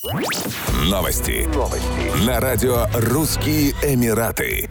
Новости. На радио «Русские Эмираты».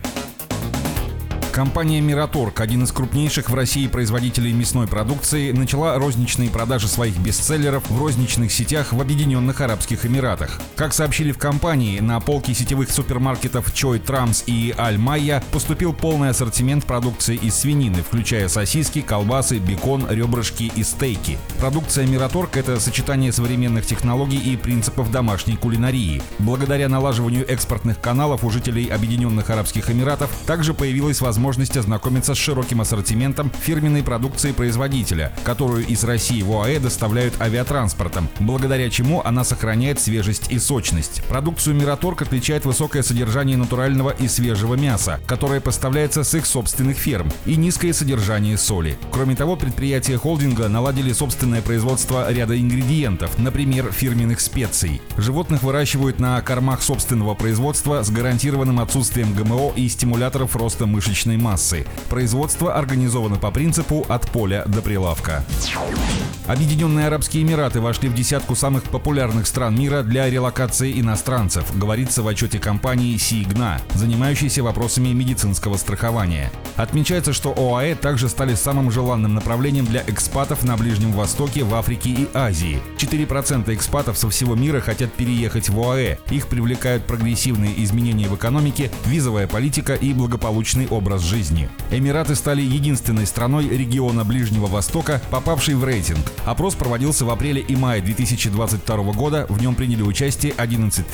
Компания «Мираторг», один из крупнейших в России производителей мясной продукции, начала розничные продажи своих бестселлеров в розничных сетях в Объединенных Арабских Эмиратах. Как сообщили в компании, на полки сетевых супермаркетов Чой Трамс и Аль-Майя поступил полный ассортимент продукции из свинины, включая сосиски, колбасы, бекон, ребрышки и стейки. Продукция «Мираторг» — это сочетание современных технологий и принципов домашней кулинарии. Благодаря налаживанию экспортных каналов у жителей Объединенных Арабских Эмиратов также появилась возможность ознакомиться с широким ассортиментом фирменной продукции производителя, которую из России в ОАЭ доставляют авиатранспортом, благодаря чему она сохраняет свежесть и сочность. Продукцию «Мираторг» отличает высокое содержание натурального и свежего мяса, которое поставляется с их собственных ферм, и низкое содержание соли. Кроме того, предприятия холдинга наладили собственное производство ряда ингредиентов, например, фирменных специй. Животных выращивают на кормах собственного производства с гарантированным отсутствием ГМО и стимуляторов роста мышечной массы. Производство организовано по принципу «от поля до прилавка». Объединенные Арабские Эмираты вошли в десятку самых популярных стран мира для релокации иностранцев, говорится в отчете компании Сигна, занимающейся вопросами медицинского страхования. Отмечается, что ОАЭ также стали самым желанным направлением для экспатов на Ближнем Востоке, в Африке и Азии. 4% экспатов со всего мира хотят переехать в ОАЭ. Их привлекают прогрессивные изменения в экономике, визовая политика и благополучный образ жизни. Эмираты стали единственной страной региона Ближнего Востока, попавшей в рейтинг. Опрос проводился в апреле и мае 2022 года. В нем приняли участие 11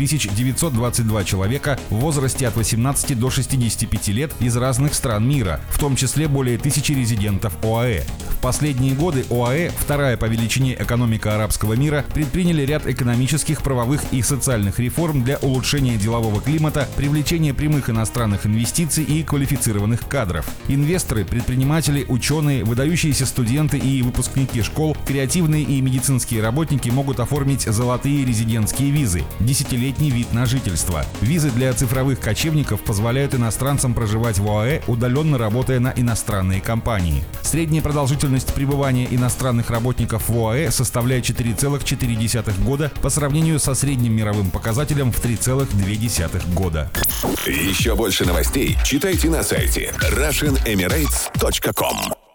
922 человека в возрасте от 18 до 65 лет из разных стран мира, в том числе более 1000 резидентов ОАЭ. В последние годы ОАЭ, вторая по величине экономика арабского мира, предприняли ряд экономических, правовых и социальных реформ для улучшения делового климата, привлечения прямых иностранных инвестиций и квалифицированных кадров. Инвесторы, предприниматели, ученые, выдающиеся студенты и выпускники школ, креативные и медицинские работники могут оформить золотые резидентские визы, 10-летний вид на жительство. Визы для цифровых кочевников позволяют иностранцам проживать в ОАЭ, удаленно работая на иностранные компании. Средняя продолжительность пребывания иностранных работников в ОАЭ составляет 4,4 года по сравнению со средним мировым показателем в 3,2 года. Еще больше новостей читайте на сайте RussianEmirates.com.